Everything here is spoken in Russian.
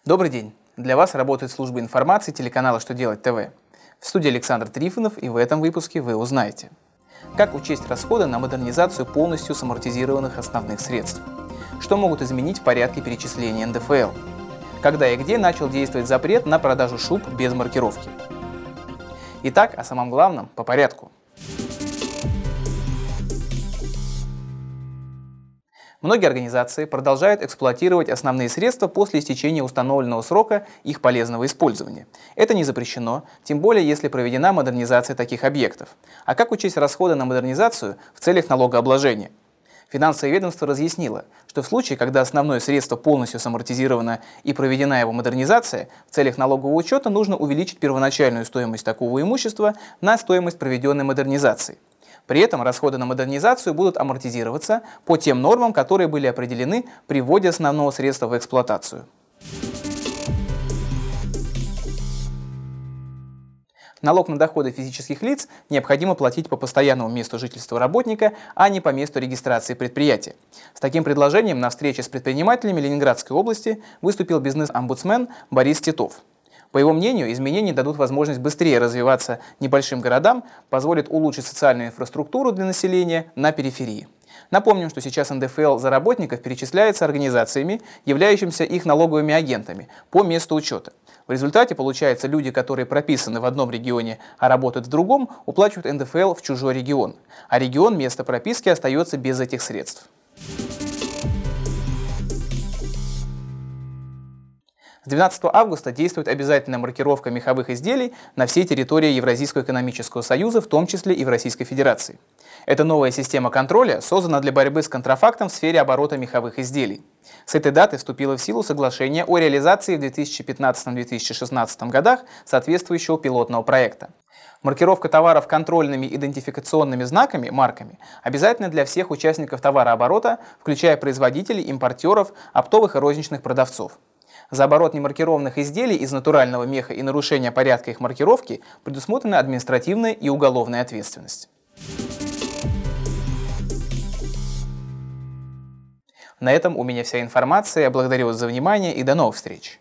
Добрый день! Для вас работает служба информации телеканала «Что делать ТВ». В студии Александр Трифонов, и в этом выпуске вы узнаете: как учесть расходы на модернизацию полностью самортизированных основных средств, что могут изменить в порядке перечисления НДФЛ, когда и где начал действовать запрет на продажу шуб без маркировки. Итак, о самом главном по порядку. Многие организации продолжают эксплуатировать основные средства после истечения установленного срока их полезного использования. Это не запрещено, тем более если проведена модернизация таких объектов. А как учесть расходы на модернизацию в целях налогообложения? Финансовое ведомство разъяснило, что в случае, когда основное средство полностью самортизировано и проведена его модернизация, в целях налогового учета нужно увеличить первоначальную стоимость такого имущества на стоимость проведенной модернизации. При этом расходы на модернизацию будут амортизироваться по тем нормам, которые были определены при вводе основного средства в эксплуатацию. Налог на доходы физических лиц необходимо платить по постоянному месту жительства работника, а не по месту регистрации предприятия. С таким предложением на встрече с предпринимателями Ленинградской области выступил бизнес-омбудсмен Борис Титов. По его мнению, изменения дадут возможность быстрее развиваться небольшим городам, позволят улучшить социальную инфраструктуру для населения на периферии. Напомним, что сейчас НДФЛ за работников перечисляется организациями, являющимися их налоговыми агентами, по месту учета. В результате, получается, люди, которые прописаны в одном регионе, а работают в другом, уплачивают НДФЛ в чужой регион, а регион места прописки остается без этих средств. С 12 августа действует обязательная маркировка меховых изделий на всей территории Евразийского экономического союза, в том числе и в Российской Федерации. Эта новая система контроля создана для борьбы с контрафактом в сфере оборота меховых изделий. С этой даты вступило в силу соглашение о реализации в 2015-2016 годах соответствующего пилотного проекта. Маркировка товаров контрольными идентификационными знаками, марками, обязательна для всех участников товарооборота, включая производителей, импортеров, оптовых и розничных продавцов. За оборот немаркированных изделий из натурального меха и нарушение порядка их маркировки предусмотрена административная и уголовная ответственность. На этом у меня вся информация. Я благодарю вас за внимание и до новых встреч!